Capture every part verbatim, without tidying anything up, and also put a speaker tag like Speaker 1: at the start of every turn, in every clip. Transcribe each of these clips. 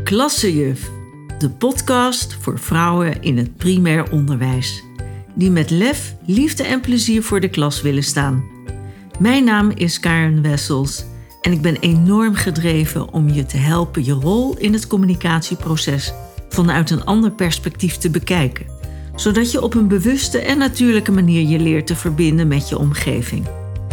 Speaker 1: Klassejuf, de podcast voor vrouwen in het primair onderwijs. Die met lef, liefde en plezier voor de klas willen staan. Mijn naam is Karen Wessels en ik ben enorm gedreven om je te helpen je rol in het communicatieproces vanuit een ander perspectief te bekijken. Zodat je op een bewuste en natuurlijke manier je leert te verbinden met je omgeving.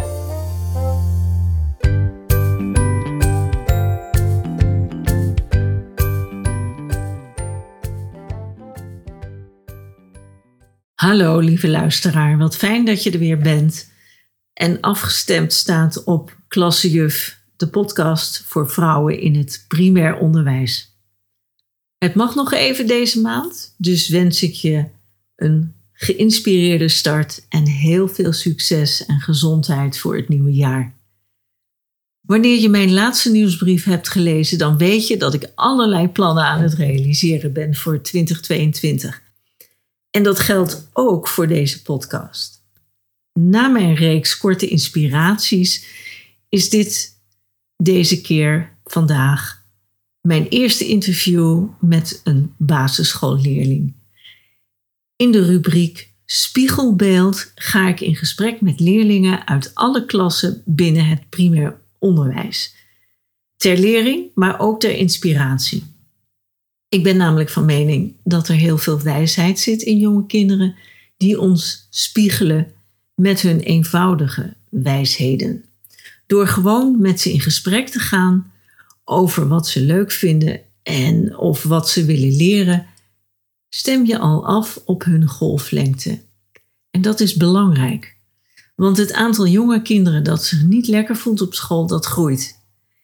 Speaker 1: Hallo lieve luisteraar, wat fijn dat je er weer bent en afgestemd staat op Klassejuf, de podcast voor vrouwen in het primair onderwijs. Het mag nog even deze maand, dus wens ik je een geïnspireerde start en heel veel succes en gezondheid voor het nieuwe jaar. Wanneer je mijn laatste nieuwsbrief hebt gelezen, dan weet je dat ik allerlei plannen aan het realiseren ben voor twintig tweeëntwintig. En dat geldt ook voor deze podcast. Na mijn reeks korte inspiraties is dit deze keer vandaag mijn eerste interview met een basisschoolleerling. In de rubriek Spiegelbeeld ga ik in gesprek met leerlingen uit alle klassen binnen het primair onderwijs. Ter lering, maar ook ter inspiratie. Ik ben namelijk van mening dat er heel veel wijsheid zit in jonge kinderen die ons spiegelen met hun eenvoudige wijsheden. Door gewoon met ze in gesprek te gaan over wat ze leuk vinden en of wat ze willen leren, stem je al af op hun golflengte. En dat is belangrijk, want het aantal jonge kinderen dat zich niet lekker voelt op school, dat groeit.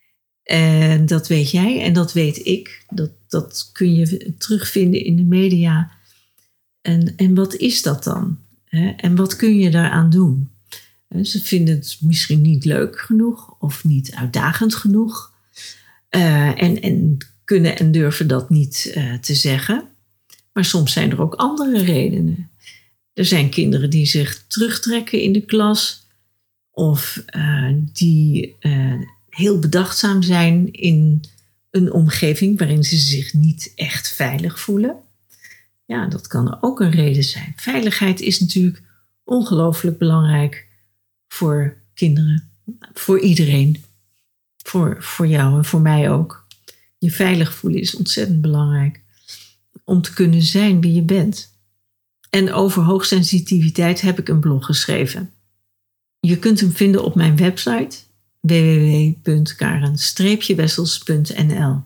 Speaker 1: En dat weet jij en dat weet ik. Dat, dat kun je terugvinden in de media. En, en wat is dat dan? En wat kun je daaraan doen? Ze vinden het misschien niet leuk genoeg of niet uitdagend genoeg. Uh, en, en kunnen en durven dat niet uh, te zeggen. Maar soms zijn er ook andere redenen. Er zijn kinderen die zich terugtrekken in de klas. Of uh, die uh, heel bedachtzaam zijn in een omgeving waarin ze zich niet echt veilig voelen. Ja, dat kan ook een reden zijn. Veiligheid is natuurlijk ongelooflijk belangrijk voor kinderen. Voor iedereen. Voor, voor jou en voor mij ook. Je veilig voelen is ontzettend belangrijk. Om te kunnen zijn wie je bent. En over hoogsensitiviteit heb ik een blog geschreven. Je kunt hem vinden op mijn website w w w punt karen wessels punt n l.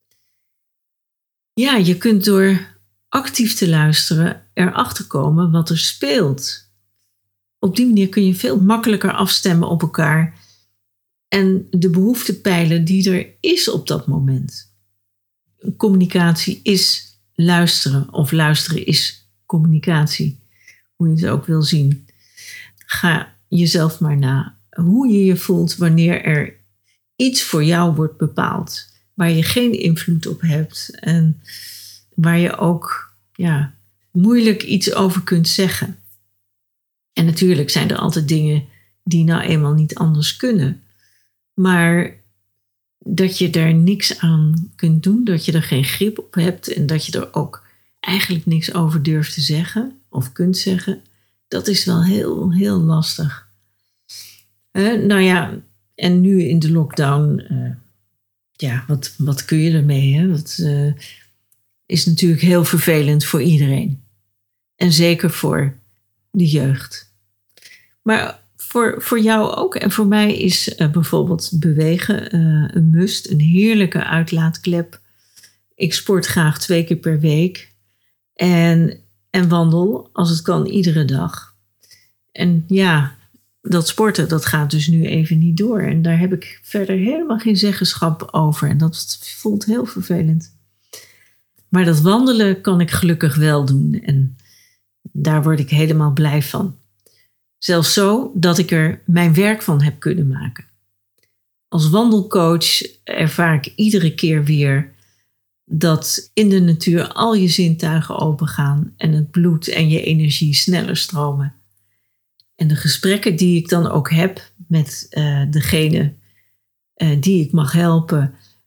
Speaker 1: Ja, je kunt door actief te luisteren erachter komen wat er speelt. Op die manier kun je veel makkelijker afstemmen op elkaar en de behoefte peilen die er is op dat moment. Communicatie is luisteren of luisteren is communicatie, hoe je het ook wil zien. Ga jezelf maar na hoe je je voelt wanneer er iets voor jou wordt bepaald, waar je geen invloed op hebt en waar je ook ja, moeilijk iets over kunt zeggen. En natuurlijk zijn er altijd dingen die nou eenmaal niet anders kunnen, maar dat je daar niks aan kunt doen, dat je er geen grip op hebt en dat je er ook eigenlijk niks over durft te zeggen of kunt zeggen, dat is wel heel, heel lastig. Uh, nou ja, en nu in de lockdown, uh, ja, wat, wat kun je ermee? Hè? Dat uh, is natuurlijk heel vervelend voor iedereen. En zeker voor de jeugd. Maar voor, voor jou ook en voor mij is uh, bijvoorbeeld bewegen uh, een must, een heerlijke uitlaatklep. Ik sport graag twee keer per week en, en wandel, als het kan, iedere dag. En ja, dat sporten, dat gaat dus nu even niet door. En daar heb ik verder helemaal geen zeggenschap over. En dat voelt heel vervelend. Maar dat wandelen kan ik gelukkig wel doen. En daar word ik helemaal blij van. Zelfs zo dat ik er mijn werk van heb kunnen maken. Als wandelcoach ervaar ik iedere keer weer dat in de natuur al je zintuigen opengaan en het bloed en je energie sneller stromen. En de gesprekken die ik dan ook heb met uh, degene uh, die ik mag helpen,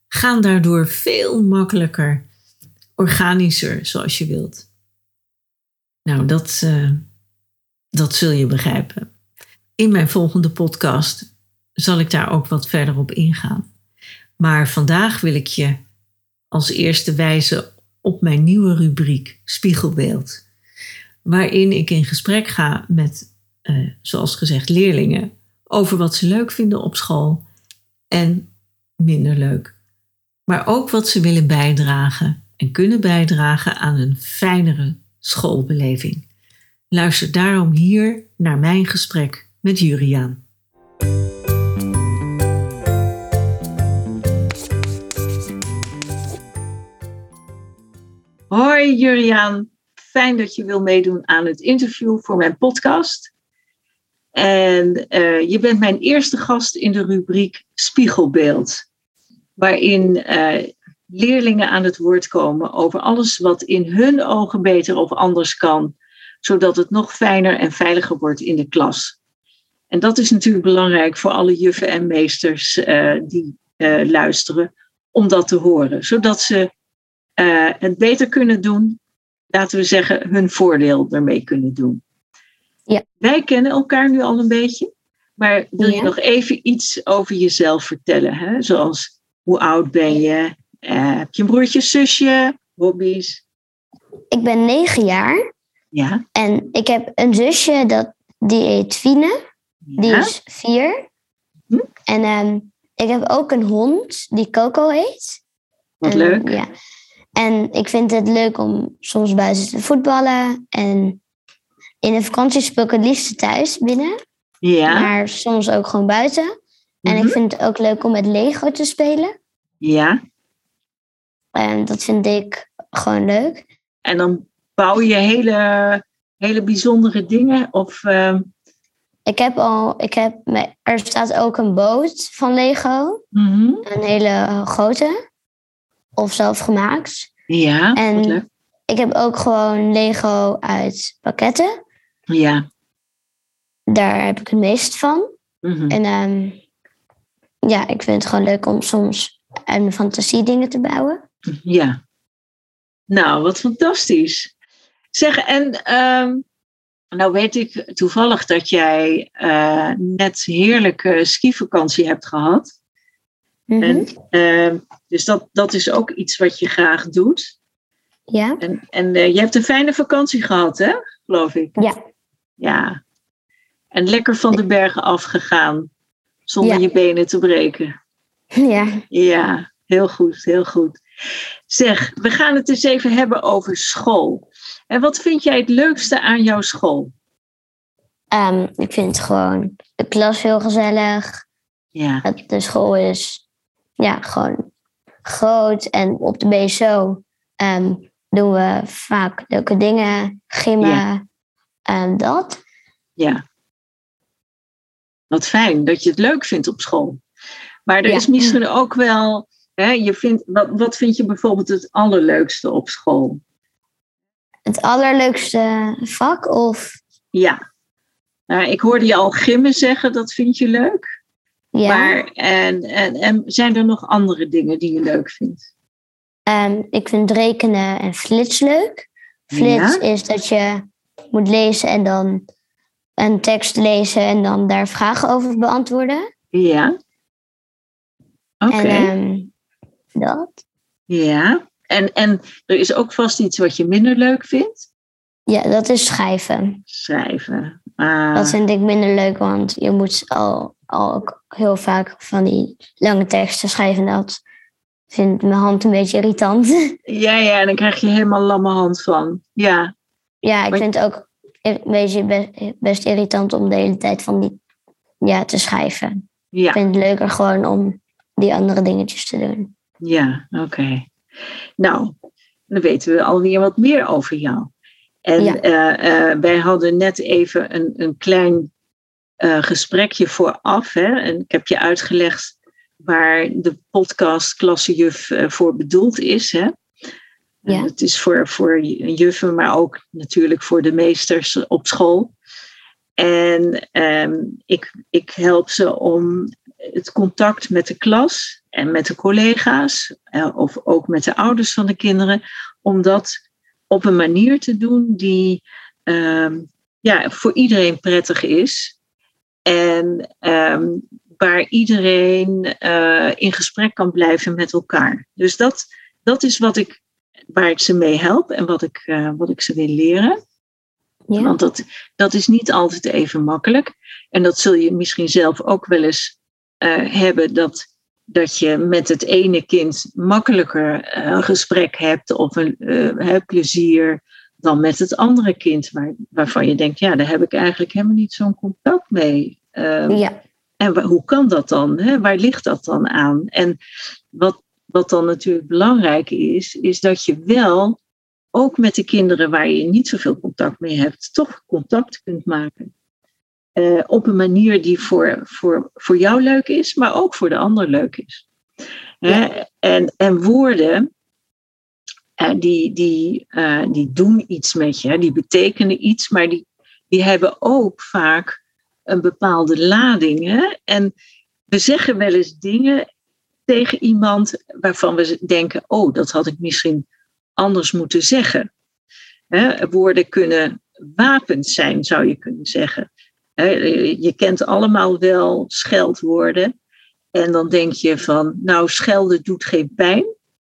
Speaker 1: gaan daardoor veel makkelijker, organischer, zoals je wilt. Nou, dat, uh, dat zul je begrijpen. In mijn volgende podcast zal ik daar ook wat verder op ingaan. Maar vandaag wil ik je als eerste wijzen op mijn nieuwe rubriek Spiegelbeeld. Waarin ik in gesprek ga met, uh, zoals gezegd, leerlingen over wat ze leuk vinden op school en minder leuk. Maar ook wat ze willen bijdragen en kunnen bijdragen aan een fijnere schoolbeleving. Luister daarom hier naar mijn gesprek met Juriaan. Hoi Juriaan, fijn dat je wil meedoen aan het interview voor mijn podcast. En uh, je bent mijn eerste gast in de rubriek Spiegelbeeld. Waarin uh, leerlingen aan het woord komen over alles wat in hun ogen beter of anders kan. Zodat het nog fijner en veiliger wordt in de klas. En dat is natuurlijk belangrijk voor alle juffen en meesters uh, die uh, luisteren. Om dat te horen. Zodat ze uh, het beter kunnen doen. Laten we zeggen hun voordeel ermee kunnen doen. Ja. Wij kennen elkaar nu al een beetje. Maar wil je ja. nog even iets over jezelf vertellen? Hè? Zoals hoe oud ben je? Uh, heb je een broertje, zusje? Hobby's?
Speaker 2: Ik ben negen jaar.
Speaker 1: Ja.
Speaker 2: En ik heb een zusje, dat, die heet Fine. Ja. Die is vier. Hm? En um, ik heb ook een hond die Coco heet.
Speaker 1: Wat
Speaker 2: en,
Speaker 1: leuk.
Speaker 2: Ja. En ik vind het leuk om soms buiten te voetballen. En in de vakantie speel ik het liefst thuis binnen.
Speaker 1: Ja.
Speaker 2: Maar soms ook gewoon buiten. En mm-hmm. ik vind het ook leuk om met Lego te spelen.
Speaker 1: Ja.
Speaker 2: En dat vind ik gewoon leuk.
Speaker 1: En dan bouw je hele, hele bijzondere dingen? Of, uh...
Speaker 2: Ik heb al, ik heb, er staat ook een boot van Lego.
Speaker 1: Mm-hmm.
Speaker 2: Een hele grote. Of zelf gemaakt.
Speaker 1: Ja,
Speaker 2: en
Speaker 1: wat leuk.
Speaker 2: Ik heb ook gewoon Lego uit pakketten.
Speaker 1: Ja.
Speaker 2: Daar heb ik het meest van.
Speaker 1: Mm-hmm.
Speaker 2: En um, ja, ik vind het gewoon leuk om soms uit mijn fantasie dingen te bouwen.
Speaker 1: Ja. Nou, wat fantastisch. Zeg, en um, nou weet ik toevallig dat jij uh, net heerlijke skivakantie hebt gehad.
Speaker 2: Mm-hmm.
Speaker 1: En, uh, dus dat, dat is ook iets wat je graag doet.
Speaker 2: Ja.
Speaker 1: En, en uh, je hebt een fijne vakantie gehad, hè? Geloof ik.
Speaker 2: Ja.
Speaker 1: Ja. En lekker van de bergen afgegaan. Zonder
Speaker 2: ja.
Speaker 1: je benen te breken.
Speaker 2: Ja.
Speaker 1: Ja, heel goed, heel goed. Zeg, we gaan het eens even hebben over school. En wat vind jij het leukste aan jouw school?
Speaker 2: Um, ik vind gewoon de klas heel gezellig.
Speaker 1: Ja.
Speaker 2: De school is ja, gewoon groot. En op de B S O um, doen we vaak leuke dingen. Gimmen ja. en dat.
Speaker 1: Ja. Wat fijn dat je het leuk vindt op school. Maar er
Speaker 2: ja.
Speaker 1: is misschien ook wel... Hè, je vindt, wat, wat vind je bijvoorbeeld het allerleukste op school?
Speaker 2: Het allerleukste vak? Of?
Speaker 1: Ja. Nou, ik hoorde je al gimmen zeggen, dat vind je leuk.
Speaker 2: Ja.
Speaker 1: Maar, en, en, en zijn er nog andere dingen die je leuk vindt?
Speaker 2: Um, ik vind rekenen en flits leuk. Flits ja? is dat je moet lezen en dan een tekst lezen en dan daar vragen over beantwoorden.
Speaker 1: Ja. Oké. Okay.
Speaker 2: En um, dat.
Speaker 1: Ja. En, en er is ook vast iets wat je minder leuk vindt?
Speaker 2: Ja, dat is schrijven.
Speaker 1: Schrijven. Ah.
Speaker 2: Dat vind ik minder leuk, want je moet al, al ook heel vaak van die lange teksten schrijven. Dat vindt mijn hand een beetje irritant.
Speaker 1: Ja, ja, en dan krijg je helemaal lamme hand van. Ja.
Speaker 2: Ja, ik maar... vind het ook een beetje best, best irritant om de hele tijd van die ja, te schrijven.
Speaker 1: Ja. Ik
Speaker 2: vind het leuker gewoon om die andere dingetjes te doen.
Speaker 1: Ja, oké. Okay. Nou, dan weten we alweer wat meer over jou. En ja. uh, uh, wij hadden net even een, een klein uh, gesprekje vooraf. Hè? En ik heb je uitgelegd waar de podcast Klassejuf uh, voor bedoeld is. Hè? Ja. Uh, het is voor, voor juffen, maar ook natuurlijk voor de meesters op school. En um, ik, ik help ze om het contact met de klas
Speaker 3: en met de collega's, uh, of ook met de ouders van de kinderen, om dat op een manier te doen die uh, ja, voor iedereen prettig is. En um, waar iedereen uh, in gesprek kan blijven met elkaar. Dus dat, dat is wat ik, waar ik ze mee help en wat ik, uh, wat ik ze wil leren. Ja. Want dat, dat is niet altijd even makkelijk. En dat zul je misschien zelf ook wel eens uh, hebben, dat, dat je met het ene kind makkelijker uh, een gesprek hebt of een uh, plezier dan met het andere kind, waar, waarvan je denkt, ja, daar heb ik eigenlijk helemaal niet zo'n contact mee. Uh, ja. En wa- hoe kan dat dan? Hè? Waar ligt dat dan aan? En wat, wat dan natuurlijk belangrijk is, is dat je wel ook met de kinderen waar je niet zoveel contact mee hebt, toch contact kunt maken. Uh, op een manier die voor, voor, voor jou leuk is, maar ook voor de ander leuk is. Ja. Uh, en, en woorden, uh, die, die, uh, die doen iets met je, die betekenen iets, maar die, die hebben ook vaak een bepaalde lading. Hè? En we zeggen wel eens dingen tegen iemand waarvan we denken, oh, dat had ik misschien anders moeten zeggen. He, woorden kunnen wapens zijn, zou je kunnen zeggen. He, je kent allemaal wel scheldwoorden. En dan denk je van, nou, schelden doet geen pijn.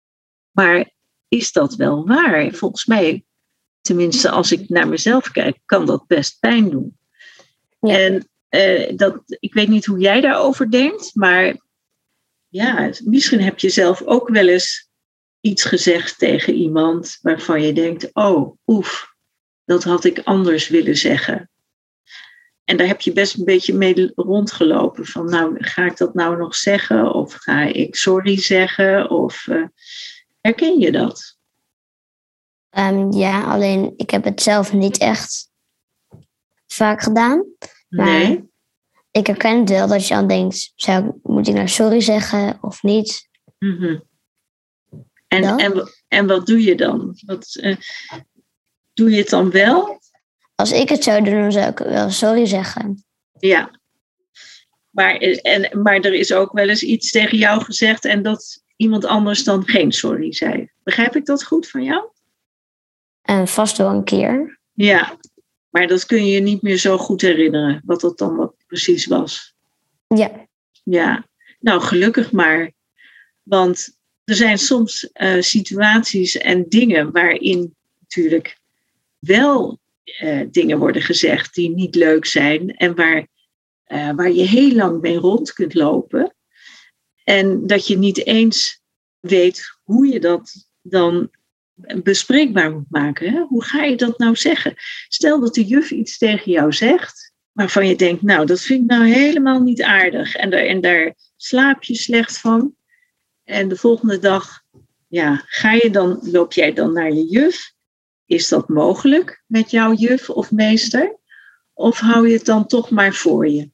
Speaker 3: Maar is dat wel waar? Volgens mij, tenminste als ik naar mezelf kijk, kan dat best pijn doen. Ja. En uh, dat, ik weet niet hoe jij daarover denkt, maar ja, misschien heb je zelf ook wel eens iets gezegd tegen iemand waarvan je denkt, oh, oef, dat had ik anders willen zeggen. En daar heb je best een beetje mee rondgelopen. Van, nou, ga ik dat nou nog zeggen? Of ga ik sorry zeggen? Of uh, herken je dat?
Speaker 2: Um, ja, alleen ik heb het zelf niet echt vaak gedaan. Maar
Speaker 3: nee.
Speaker 2: Ik herken het wel dat je dan denkt, zou, moet ik nou sorry zeggen of niet?
Speaker 3: Mm-hmm. En, en, en wat doe je dan? Wat, uh, doe je het dan wel?
Speaker 2: Als ik het zou doen, dan zou ik wel sorry zeggen.
Speaker 3: Ja. Maar, en, maar er is ook wel eens iets tegen jou gezegd en dat iemand anders dan geen sorry zei. Begrijp ik dat goed van jou?
Speaker 2: En vast wel een keer.
Speaker 3: Ja, maar dat kun je je niet meer zo goed herinneren, wat dat dan wat precies was.
Speaker 2: Ja.
Speaker 3: Ja, nou gelukkig maar. Want er zijn soms uh, situaties en dingen waarin natuurlijk wel uh, dingen worden gezegd die niet leuk zijn en waar, uh, waar je heel lang mee rond kunt lopen. En dat je niet eens weet hoe je dat dan bespreekbaar moet maken. Hè? Hoe ga je dat nou zeggen? Stel dat de juf iets tegen jou zegt waarvan je denkt, nou, dat vind ik nou helemaal niet aardig. En daar, en daar slaap je slecht van. En de volgende dag, ja, ga je dan, loop jij dan naar je juf? Is dat mogelijk met jouw juf of meester? Of hou je het dan toch maar voor je?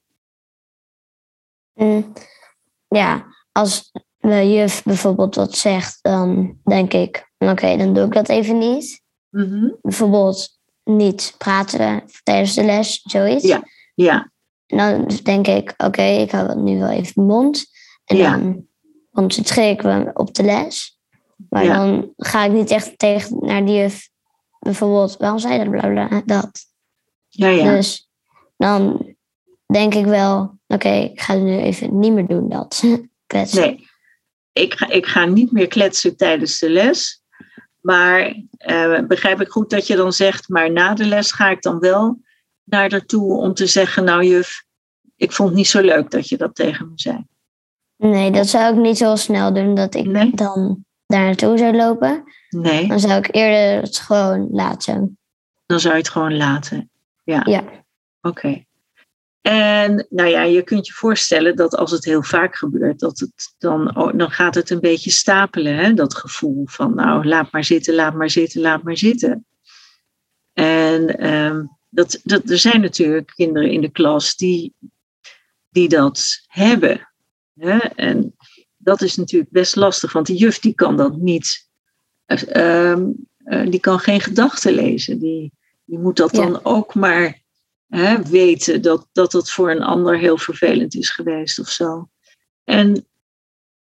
Speaker 2: Mm, ja, als de juf bijvoorbeeld wat zegt, dan denk ik, oké, okay, dan doe ik dat even niet.
Speaker 3: Mm-hmm.
Speaker 2: Bijvoorbeeld niet praten tijdens de les, zoiets.
Speaker 3: Ja, ja.
Speaker 2: En dan denk ik, oké, okay, ik hou nu wel even mijn mond. En
Speaker 3: ja.
Speaker 2: dan concentreer ik me op de les. Maar ja. dan ga ik niet echt tegen naar die juf, bijvoorbeeld, waarom zei dat, bla bla, dat.
Speaker 3: Ja, ja.
Speaker 2: Dus dan denk ik wel, oké, okay, ik ga het nu even niet meer doen, dat kletsen.
Speaker 3: Nee, ik ga, ik ga niet meer kletsen tijdens de les. Maar uh, begrijp ik goed dat je dan zegt, maar na de les ga ik dan wel naar haar toe om te zeggen, nou juf, ik vond het niet zo leuk dat je dat tegen me zei.
Speaker 2: Nee, dat zou ik niet zo snel doen, dat ik nee? dan daar naartoe zou lopen.
Speaker 3: Nee.
Speaker 2: Dan zou ik eerder het gewoon laten.
Speaker 3: Dan zou je het gewoon laten, ja.
Speaker 2: Ja.
Speaker 3: Oké. Okay. En nou ja, je kunt je voorstellen dat als het heel vaak gebeurt, dat het dan, dan gaat het een beetje stapelen, hè? Dat gevoel van nou, laat maar zitten, laat maar zitten, laat maar zitten. En um, dat, dat, er zijn natuurlijk kinderen in de klas die, die dat hebben. Hè? En dat is natuurlijk best lastig, want de juf die kan dat niet, uh, uh, die kan geen gedachten lezen. Die, die moet dat dan ja. ook maar hè, weten dat, dat het voor een ander heel vervelend is geweest of zo. En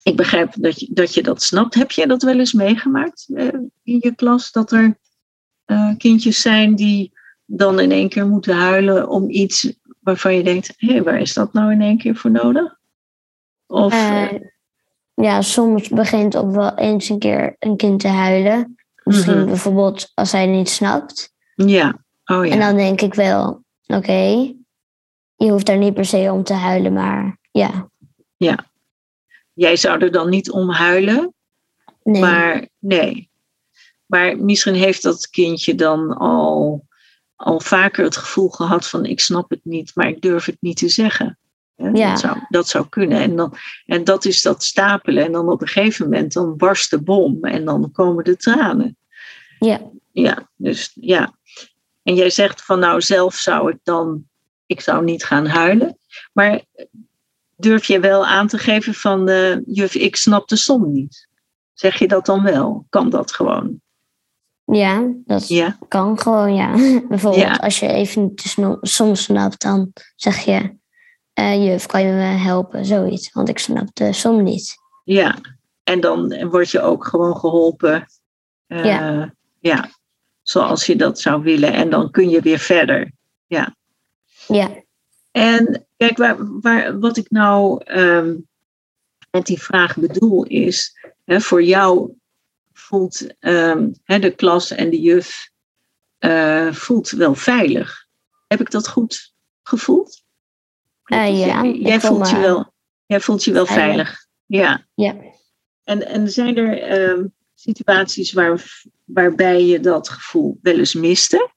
Speaker 3: ik begrijp dat je, dat je dat snapt. Heb jij dat wel eens meegemaakt uh, in je klas? Dat er uh, kindjes zijn die dan in één keer moeten huilen om iets waarvan je denkt, hé, hey, waar is dat nou in één keer voor nodig? Of,
Speaker 2: uh, ja, soms begint ook wel eens een keer een kind te huilen. Misschien mm-hmm. bijvoorbeeld als hij het niet snapt.
Speaker 3: Ja, oh ja.
Speaker 2: En dan denk ik wel, oké, okay, je hoeft daar niet per se om te huilen, maar ja.
Speaker 3: Ja. Jij zou er dan niet om huilen?
Speaker 2: Nee.
Speaker 3: Maar nee. Maar misschien heeft dat kindje dan al, al vaker het gevoel gehad van ik snap het niet, maar ik durf het niet te zeggen. Ja. Dat, zou, dat zou kunnen. En, dan, en dat is dat stapelen. En dan op een gegeven moment dan barst de bom en dan komen de tranen.
Speaker 2: Ja.
Speaker 3: Ja, dus ja. En jij zegt van nou zelf zou ik dan, ik zou niet gaan huilen. Maar durf je wel aan te geven van uh, juf, ik snap de som niet. Zeg je dat dan wel? Kan dat gewoon?
Speaker 2: Ja, dat ja. kan gewoon, ja. Bijvoorbeeld ja. als je even de som snapt, dan zeg je, uh, juf, kan je me helpen? Zoiets, want ik snap de som niet.
Speaker 3: Ja, en dan word je ook gewoon geholpen. Uh, ja. ja, zoals je dat zou willen. En dan kun je weer verder. Ja.
Speaker 2: Ja.
Speaker 3: En kijk, waar, waar, wat ik nou um, met die vraag bedoel is, hè, voor jou voelt um, hè, de klas en de juf uh, voelt wel veilig. Heb ik dat goed gevoeld?
Speaker 2: Uh, ja.
Speaker 3: Jij, jij, voelt je wel, jij voelt je wel veilig. veilig. Ja.
Speaker 2: Ja.
Speaker 3: En, en zijn er um, situaties waar, waarbij je dat gevoel wel eens miste?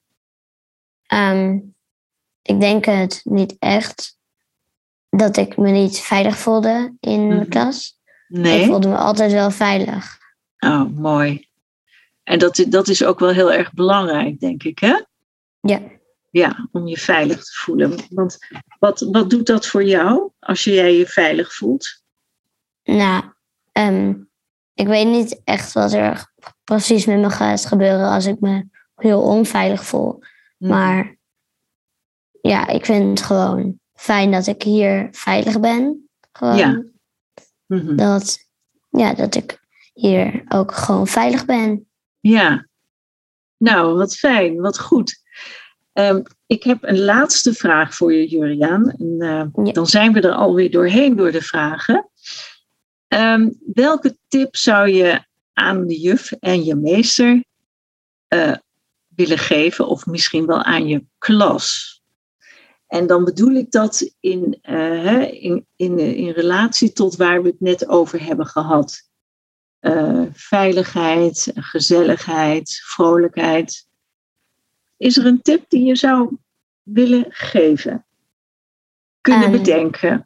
Speaker 2: Um. Ik denk het niet echt dat ik me niet veilig voelde in mijn mm-hmm. klas.
Speaker 3: Nee.
Speaker 2: Ik voelde me altijd wel veilig.
Speaker 3: Oh, mooi. En dat, dat is ook wel heel erg belangrijk, denk ik, hè?
Speaker 2: Ja.
Speaker 3: Ja, om je veilig te voelen. Want wat, wat doet dat voor jou als jij je veilig voelt?
Speaker 2: Nou, um, ik weet niet echt wat er precies met me gaat gebeuren als ik me heel onveilig voel. Mm-hmm. Maar ja, ik vind het gewoon fijn dat ik hier veilig ben. Gewoon
Speaker 3: ja. Mm-hmm.
Speaker 2: Dat, ja, dat ik hier ook gewoon veilig ben.
Speaker 3: Ja. Nou, wat fijn, wat goed. Um, ik heb een laatste vraag voor je, Juriaan. En, uh, ja. Dan zijn we er alweer doorheen door de vragen. Um, welke tip zou je aan de juf en je meester uh, willen geven? Of misschien wel aan je klas? En dan bedoel ik dat in, uh, in, in, in relatie tot waar we het net over hebben gehad. Uh, veiligheid, gezelligheid, vrolijkheid. Is er een tip die je zou willen geven? Kunnen um, bedenken?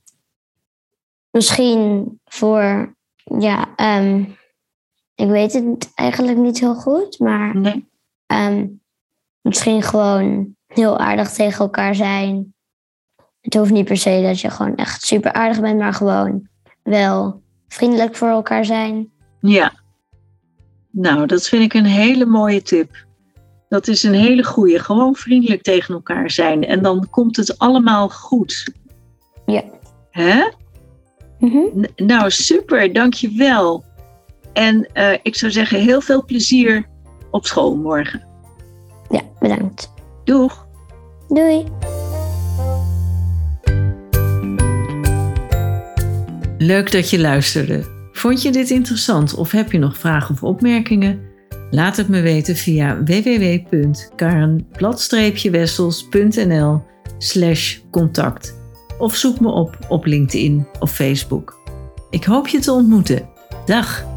Speaker 2: Misschien voor, ja, um, ik weet het eigenlijk niet heel goed, maar
Speaker 3: nee.
Speaker 2: um, misschien gewoon heel aardig tegen elkaar zijn. Het hoeft niet per se dat je gewoon echt super aardig bent, maar gewoon wel vriendelijk voor elkaar zijn.
Speaker 3: Ja. Nou, dat vind ik een hele mooie tip. Dat is een hele goeie. Gewoon vriendelijk tegen elkaar zijn. En dan komt het allemaal goed.
Speaker 2: Ja.
Speaker 3: Hè?
Speaker 2: Mm-hmm.
Speaker 3: N- nou, super. Dankjewel. En uh, ik zou zeggen, heel veel plezier op school morgen.
Speaker 2: Ja, bedankt.
Speaker 3: Doeg.
Speaker 2: Doei.
Speaker 1: Leuk dat je luisterde. Vond je dit interessant of heb je nog vragen of opmerkingen? Laat het me weten via w w w punt karen wessels punt n l slash contact of zoek me op op LinkedIn of Facebook. Ik hoop je te ontmoeten. Dag!